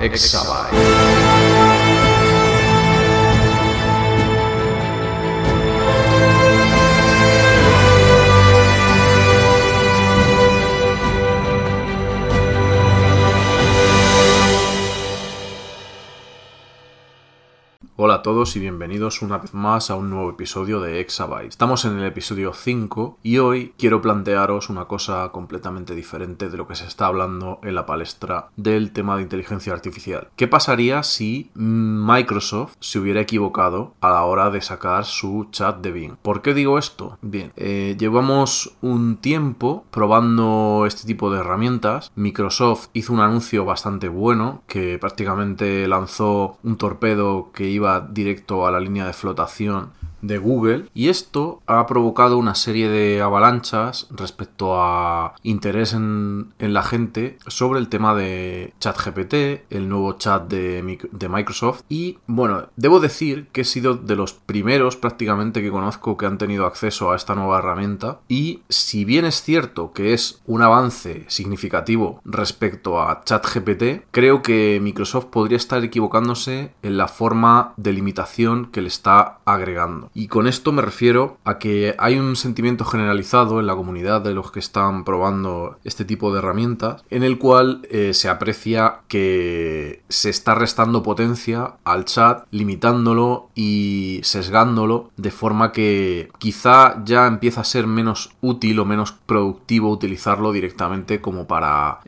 Exabyte. Hola a todos y bienvenidos una vez más a un nuevo episodio de Exabyte. Estamos en el episodio 5 y hoy quiero plantearos una cosa completamente diferente de lo que se está hablando en la palestra del tema de inteligencia artificial. ¿Qué pasaría si Microsoft se hubiera equivocado a la hora de sacar su chat de Bing? ¿Por qué digo esto? Bien, llevamos un tiempo probando este tipo de herramientas. Microsoft hizo un anuncio bastante bueno que prácticamente lanzó un torpedo que iba directo a la línea de flotación de Google, y esto ha provocado una serie de avalanchas respecto a interés en la gente sobre el tema de ChatGPT, el nuevo chat de Microsoft. Y bueno, debo decir que he sido de los primeros prácticamente que conozco que han tenido acceso a esta nueva herramienta, y si bien es cierto que es un avance significativo respecto a ChatGPT, creo que Microsoft podría estar equivocándose en la forma de limitación que le está agregando. Y con esto me refiero a que hay un sentimiento generalizado en la comunidad de los que están probando este tipo de herramientas, en el cual se aprecia que se está restando potencia al chat, limitándolo y sesgándolo, de forma que quizá ya empieza a ser menos útil o menos productivo utilizarlo directamente como para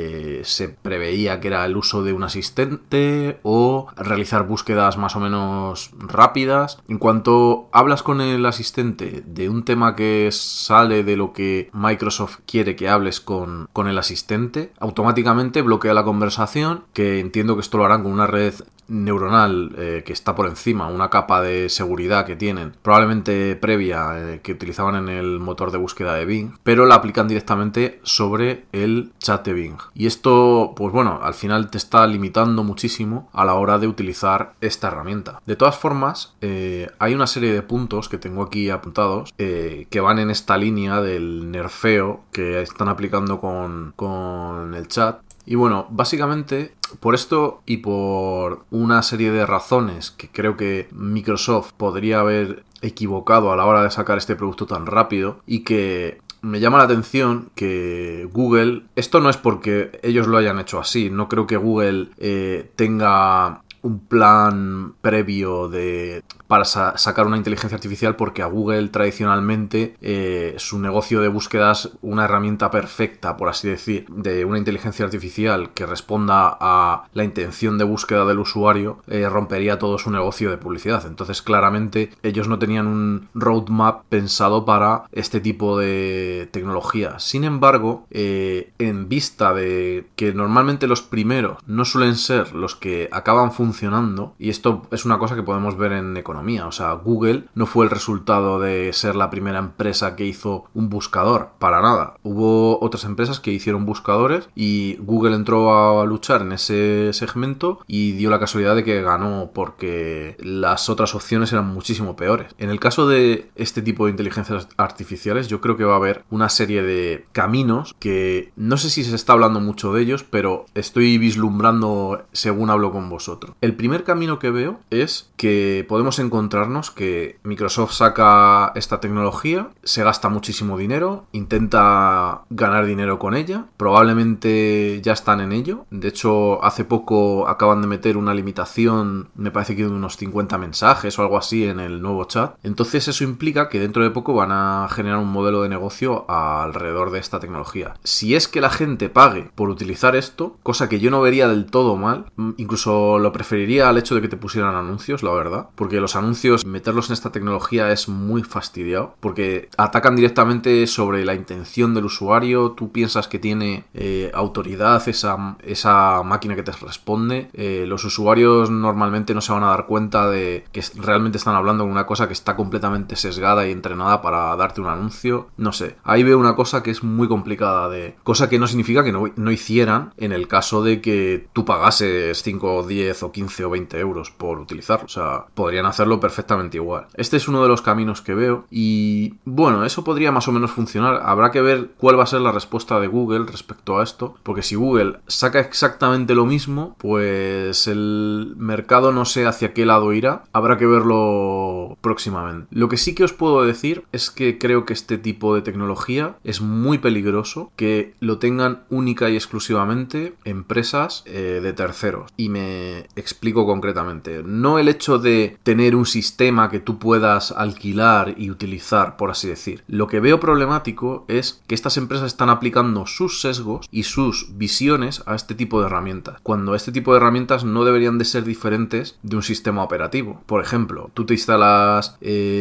se preveía que era el uso de un asistente o realizar búsquedas más o menos rápidas. En cuanto hablas con el asistente de un tema que sale de lo que Microsoft quiere que hables con el asistente, automáticamente bloquea la conversación, que entiendo que esto lo harán con una red neuronal que está por encima, una capa de seguridad que tienen, probablemente previa, que utilizaban en el motor de búsqueda de Bing, pero la aplican directamente sobre el chat de Bing. Y esto, pues bueno, al final te está limitando muchísimo a la hora de utilizar esta herramienta. De todas formas, hay una serie de puntos que tengo aquí apuntados que van en esta línea del nerfeo que están aplicando con el chat. Y bueno, básicamente por esto y por una serie de razones que creo que Microsoft podría haber equivocado a la hora de sacar este producto tan rápido, y que me llama la atención que Google, esto no es porque ellos lo hayan hecho así, no creo que Google tenga un plan previo para sacar una inteligencia artificial, porque a Google tradicionalmente su negocio de búsqueda es una herramienta perfecta, por así decir, de una inteligencia artificial que responda a la intención de búsqueda del usuario, rompería todo su negocio de publicidad. Entonces claramente ellos no tenían un roadmap pensado para este tipo de tecnología. Sin embargo, en vista de que normalmente los primeros no suelen ser los que acaban funcionando, y esto es una cosa que podemos ver en economía, o sea, Google no fue el resultado de ser la primera empresa que hizo un buscador, para nada. Hubo otras empresas que hicieron buscadores y Google entró a luchar en ese segmento y dio la casualidad de que ganó, porque las otras opciones eran muchísimo peores. En el caso de este tipo de inteligencias artificiales, yo creo que va a haber una serie de caminos que no sé si se está hablando mucho de ellos, pero estoy vislumbrando según hablo con vosotros. El primer camino que veo es que podemos encontrarnos que Microsoft saca esta tecnología, se gasta muchísimo dinero, intenta ganar dinero con ella, probablemente ya están en ello. De hecho, hace poco acaban de meter una limitación, me parece que de unos 50 mensajes o algo así en el nuevo chat. Entonces eso implica que dentro de poco van a generar un modelo de negocio alrededor de esta tecnología. Si es que la gente pague por utilizar esto, cosa que yo no vería del todo mal, incluso lo preferiría al hecho de que te pusieran anuncios, la verdad, porque los anuncios, meterlos en esta tecnología es muy fastidiado, porque atacan directamente sobre la intención del usuario. Tú piensas que tiene autoridad esa máquina que te responde. Los usuarios normalmente no se van a dar cuenta de que realmente están hablando de una cosa que está completamente sesgada y entrenada para darte un anuncio. No sé, ahí veo una cosa que es muy complicada, cosa que no significa que no hicieran en el caso de que tú pagases 5 o 10 o 15 o 20 euros por utilizarlo. O sea, podrían hacerlo perfectamente igual. Este es uno de los caminos que veo y bueno, eso podría más o menos funcionar. Habrá que ver cuál va a ser la respuesta de Google respecto a esto, porque si Google saca exactamente lo mismo, pues el mercado no sé hacia qué lado irá. Habrá que verlo próximamente. Lo que sí que os puedo decir es que creo que este tipo de tecnología es muy peligroso que lo tengan única y exclusivamente empresas de terceros. Y me explico concretamente. No el hecho de tener un sistema que tú puedas alquilar y utilizar, por así decir. Lo que veo problemático es que estas empresas están aplicando sus sesgos y sus visiones a este tipo de herramientas, cuando este tipo de herramientas no deberían de ser diferentes de un sistema operativo. Por ejemplo, tú te instalas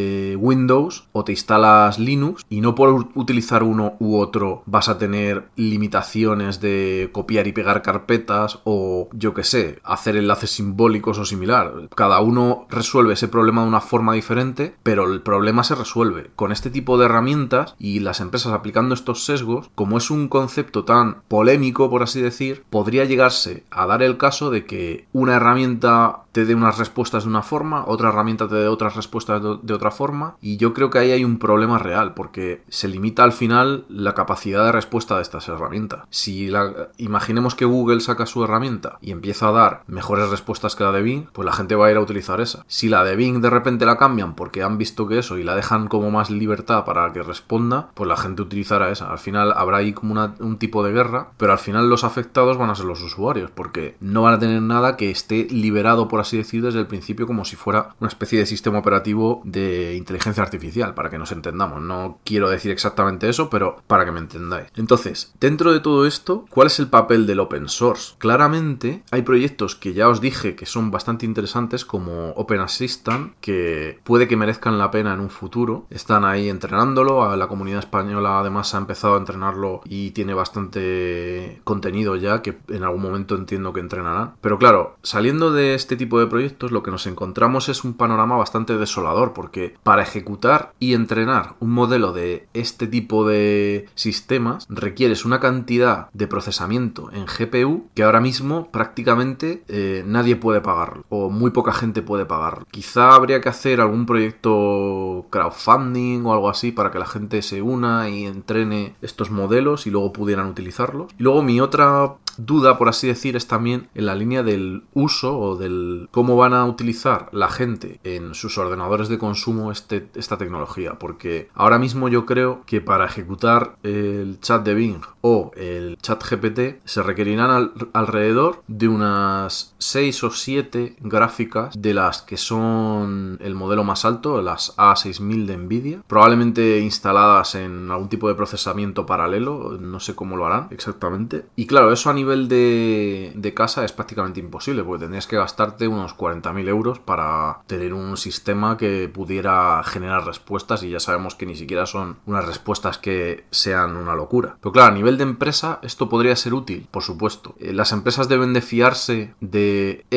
Windows o te instalas Linux y no por utilizar uno u otro vas a tener limitaciones de copiar y pegar carpetas o, yo que sé, hacer enlaces simbólicos o similar. Cada uno resuelve ese problema de una forma diferente, pero el problema se resuelve. Con este tipo de herramientas y las empresas aplicando estos sesgos, como es un concepto tan polémico, por así decir, podría llegarse a dar el caso de que una herramienta te dé unas respuestas de una forma, otra herramienta te dé otras respuestas de otra forma, y yo creo que ahí hay un problema real, porque se limita al final la capacidad de respuesta de estas herramientas. Imaginemos que Google saca su herramienta y empieza a dar mejores respuestas que la de Bing, pues la gente va a ir a utilizar esa. Si la de Bing de repente la cambian porque han visto que eso y la dejan como más libertad para que responda, pues la gente utilizará esa. Al final habrá ahí como un tipo de guerra, pero al final los afectados van a ser los usuarios, porque no van a tener nada que esté liberado, por así decir, desde el principio, como si fuera una especie de sistema operativo de inteligencia artificial, para que nos entendamos. No quiero decir exactamente eso, pero para que me entendáis. Entonces, dentro de todo esto, ¿cuál es el papel del open source? Claramente hay proyectos que ya os dije que son bastante interesantes, como Open Assistant, que puede que merezcan la pena en un futuro. Están ahí entrenándolo, a la comunidad española además ha empezado a entrenarlo y tiene bastante contenido ya, que en algún momento entiendo que entrenarán. Pero claro, saliendo de este tipo de proyectos, lo que nos encontramos es un panorama bastante desolador, porque para ejecutar y entrenar un modelo de este tipo de sistemas requieres una cantidad de procesamiento en GPU que ahora mismo prácticamente nadie puede pagarlo, o muy poca gente puede pagarlo. Quizá habría que hacer algún proyecto crowdfunding o algo así para que la gente se una y entrene estos modelos y luego pudieran utilizarlos. Y luego mi otra duda, por así decir, es también en la línea del uso o del cómo van a utilizar la gente en sus ordenadores de consumo esta tecnología, porque ahora mismo yo creo que para ejecutar el chat de Bing o el chat GPT se requerirán alrededor de unas 6 o 7 gráficas de las que son el modelo más alto, las A6000 de Nvidia, probablemente instaladas en algún tipo de procesamiento paralelo, no sé cómo lo harán exactamente. Y claro, eso a nivel de casa es prácticamente imposible, porque tendrías que gastarte unos 40.000 euros para tener un sistema que pudiera generar respuestas, y ya sabemos que ni siquiera son unas respuestas que sean una locura. Pero claro, a nivel de empresa esto podría ser útil, por supuesto. Las empresas deben de fiarse de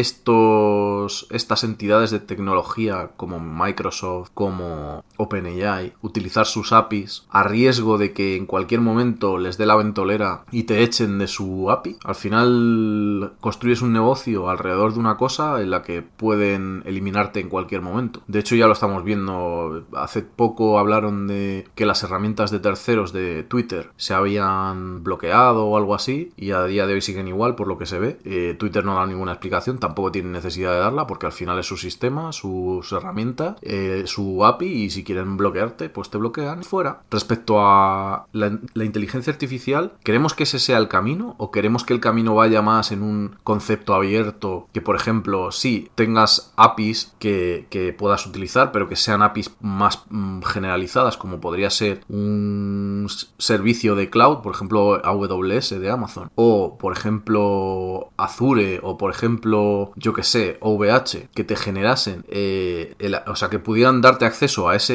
estas entidades de tecnología como Microsoft, como OpenAI, utilizar sus APIs a riesgo de que en cualquier momento les dé la ventolera y te echen de su API. Al final construyes un negocio alrededor de una cosa en la que pueden eliminarte en cualquier momento. De hecho ya lo estamos viendo. Hace poco hablaron de que las herramientas de terceros de Twitter se habían bloqueado o algo así, y a día de hoy siguen igual por lo que se ve. Twitter no da ninguna explicación, tampoco tiene necesidad de darla, porque al final es su sistema, sus herramientas, su API, y si quieren bloquearte pues te bloquean fuera. Respecto a la inteligencia artificial, ¿queremos que ese sea el camino o queremos que el camino vaya más en un concepto abierto, que por ejemplo sí tengas APIs que puedas utilizar, pero que sean APIs más generalizadas, como podría ser un servicio de cloud, por ejemplo AWS de Amazon, o por ejemplo Azure, o por ejemplo yo que sé OVH, que te generasen o sea, que pudieran darte acceso a ese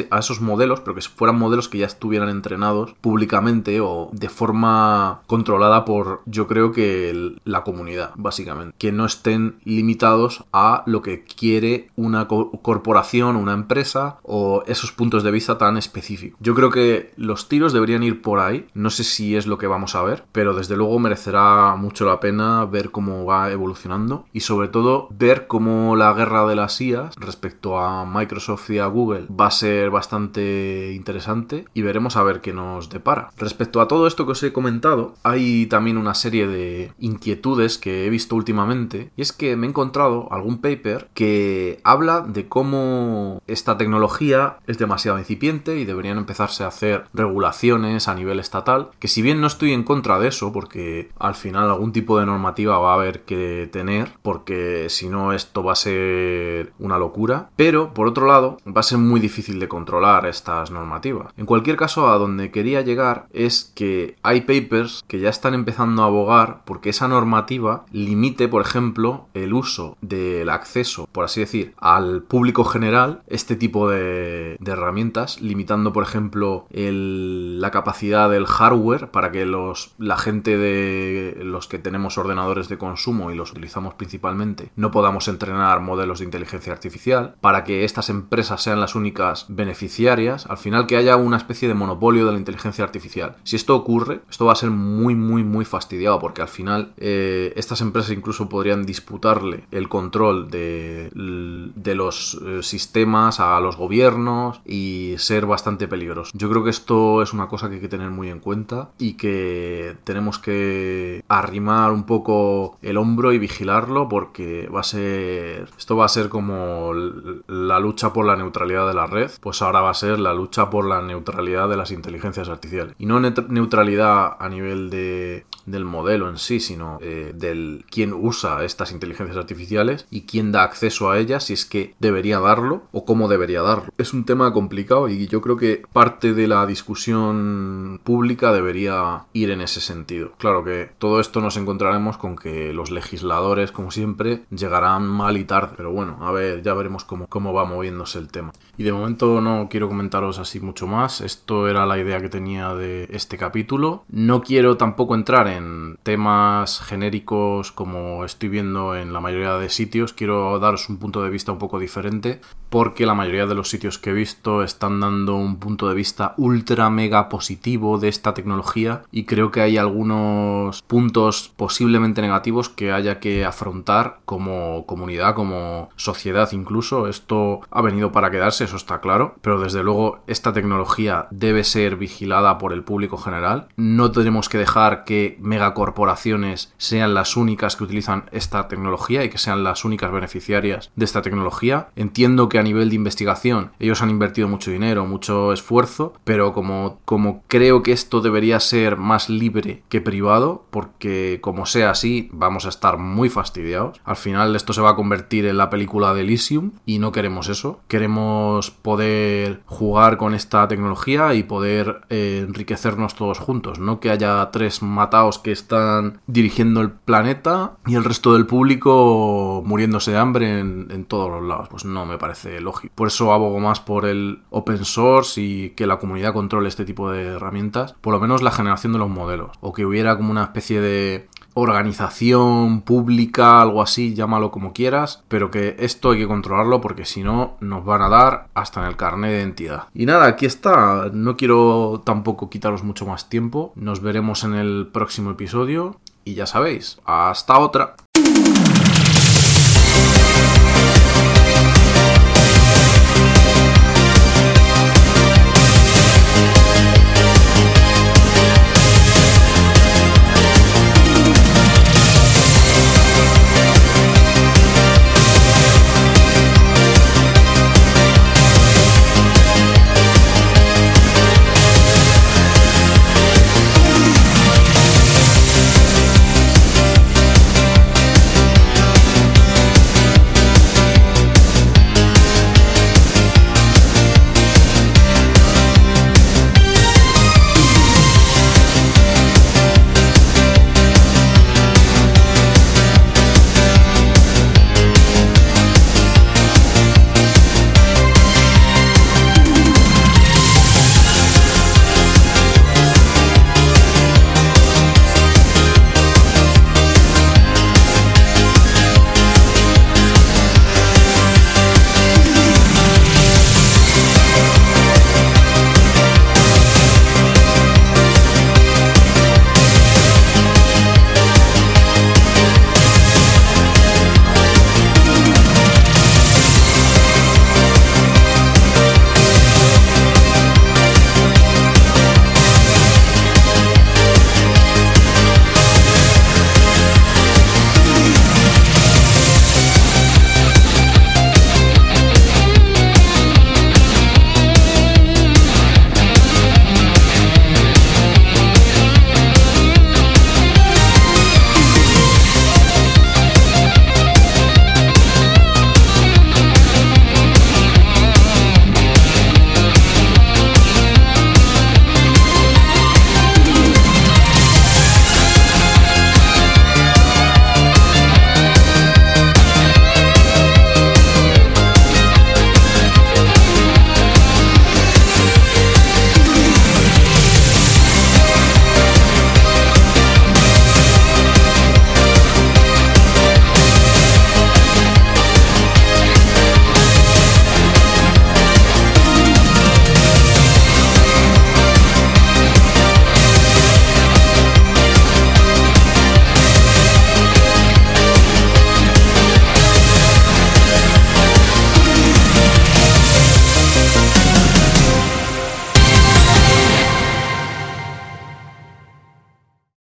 esos modelos, pero que fueran modelos que ya estuvieran entrenados públicamente o de forma controlada por, yo creo que la comunidad, básicamente. Que no estén limitados a lo que quiere una corporación, una empresa o esos puntos de vista tan específicos. Yo creo que los tiros deberían ir por ahí. No sé si es lo que vamos a ver, pero desde luego merecerá mucho la pena ver cómo va evolucionando y sobre todo ver cómo la guerra de las IAs respecto a Microsoft y a Google va a ser bastante interesante y veremos a ver qué nos depara. Respecto a todo esto que os he comentado, hay también una serie de inquietudes que he visto últimamente y es que me he encontrado algún paper que habla de cómo esta tecnología es demasiado incipiente y deberían empezarse a hacer regulaciones a nivel estatal, que si bien no estoy en contra de eso, porque al final algún tipo de normativa va a haber que tener, porque si no esto va a ser una locura, pero por otro lado va a ser muy difícil de controlar estas normativas. En cualquier caso, a donde quería llegar es que hay papers que ya están empezando a abogar porque esa normativa limite, por ejemplo, el uso del acceso, por así decir, al público general, este tipo de herramientas, limitando, por ejemplo, la capacidad del hardware para que la gente de los que tenemos ordenadores de consumo y los utilizamos principalmente no podamos entrenar modelos de inteligencia artificial, para que estas empresas sean las únicas beneficiarias, al final que haya una especie de monopolio de la inteligencia artificial. Si esto ocurre, esto va a ser muy, muy, muy fastidiado, porque al final estas empresas incluso podrían disputarle el control de los sistemas a los gobiernos y ser bastante peligroso. Yo creo que esto es una cosa que hay que tener muy en cuenta y que tenemos que arrimar un poco el hombro y vigilarlo, porque esto va a ser como la lucha por la neutralidad de la red, pues ahora va a ser la lucha por la neutralidad de las inteligencias artificiales. Y no neutralidad a nivel del modelo en sí, sino del quién usa estas inteligencias artificiales y quién da acceso a ellas, si es que debería darlo o cómo debería darlo. Es un tema complicado y yo creo que parte de la discusión pública debería ir en ese sentido. Claro que todo esto nos encontraremos con que los legisladores, como siempre, llegarán mal y tarde, pero bueno, a ver, ya veremos cómo va moviéndose el tema. Y de momento no quiero comentaros así mucho más. Esto era la idea que tenía de este capítulo. No quiero tampoco entrar en temas genéricos como estoy viendo en la mayoría de sitios. Quiero daros un punto de vista un poco diferente, porque la mayoría de los sitios que he visto están dando un punto de vista ultra mega positivo de esta tecnología y creo que hay algunos puntos posiblemente negativos que haya que afrontar como comunidad, como sociedad incluso. Esto ha venido para quedarse, eso está claro, pero desde luego esta tecnología debe ser vigilada por el público general. No tenemos que dejar que megacorporaciones sean las únicas que utilizan esta tecnología y que sean las únicas beneficiarias de esta tecnología. Entiendo que a nivel de investigación ellos han invertido mucho dinero, mucho esfuerzo, pero como creo que esto debería ser más libre que privado, porque como sea así vamos a estar muy fastidiados. Al final esto se va a convertir en la película de Elysium y no queremos eso. Queremos poder jugar con esta tecnología y poder enriquecernos todos juntos, no que haya 3 mataos que están dirigiendo el planeta y el resto del público muriéndose de hambre en todos los lados. Pues no me parece lógico. Por eso abogo más por el open source y que la comunidad controle este tipo de herramientas, por lo menos la generación de los modelos, o que hubiera como una especie de organización pública, algo así, llámalo como quieras, pero que esto hay que controlarlo, porque si no nos van a dar hasta en el carnet de identidad. Y nada, aquí está. No quiero tampoco quitaros mucho más tiempo. Nos veremos en el próximo episodio y ya sabéis, hasta otra.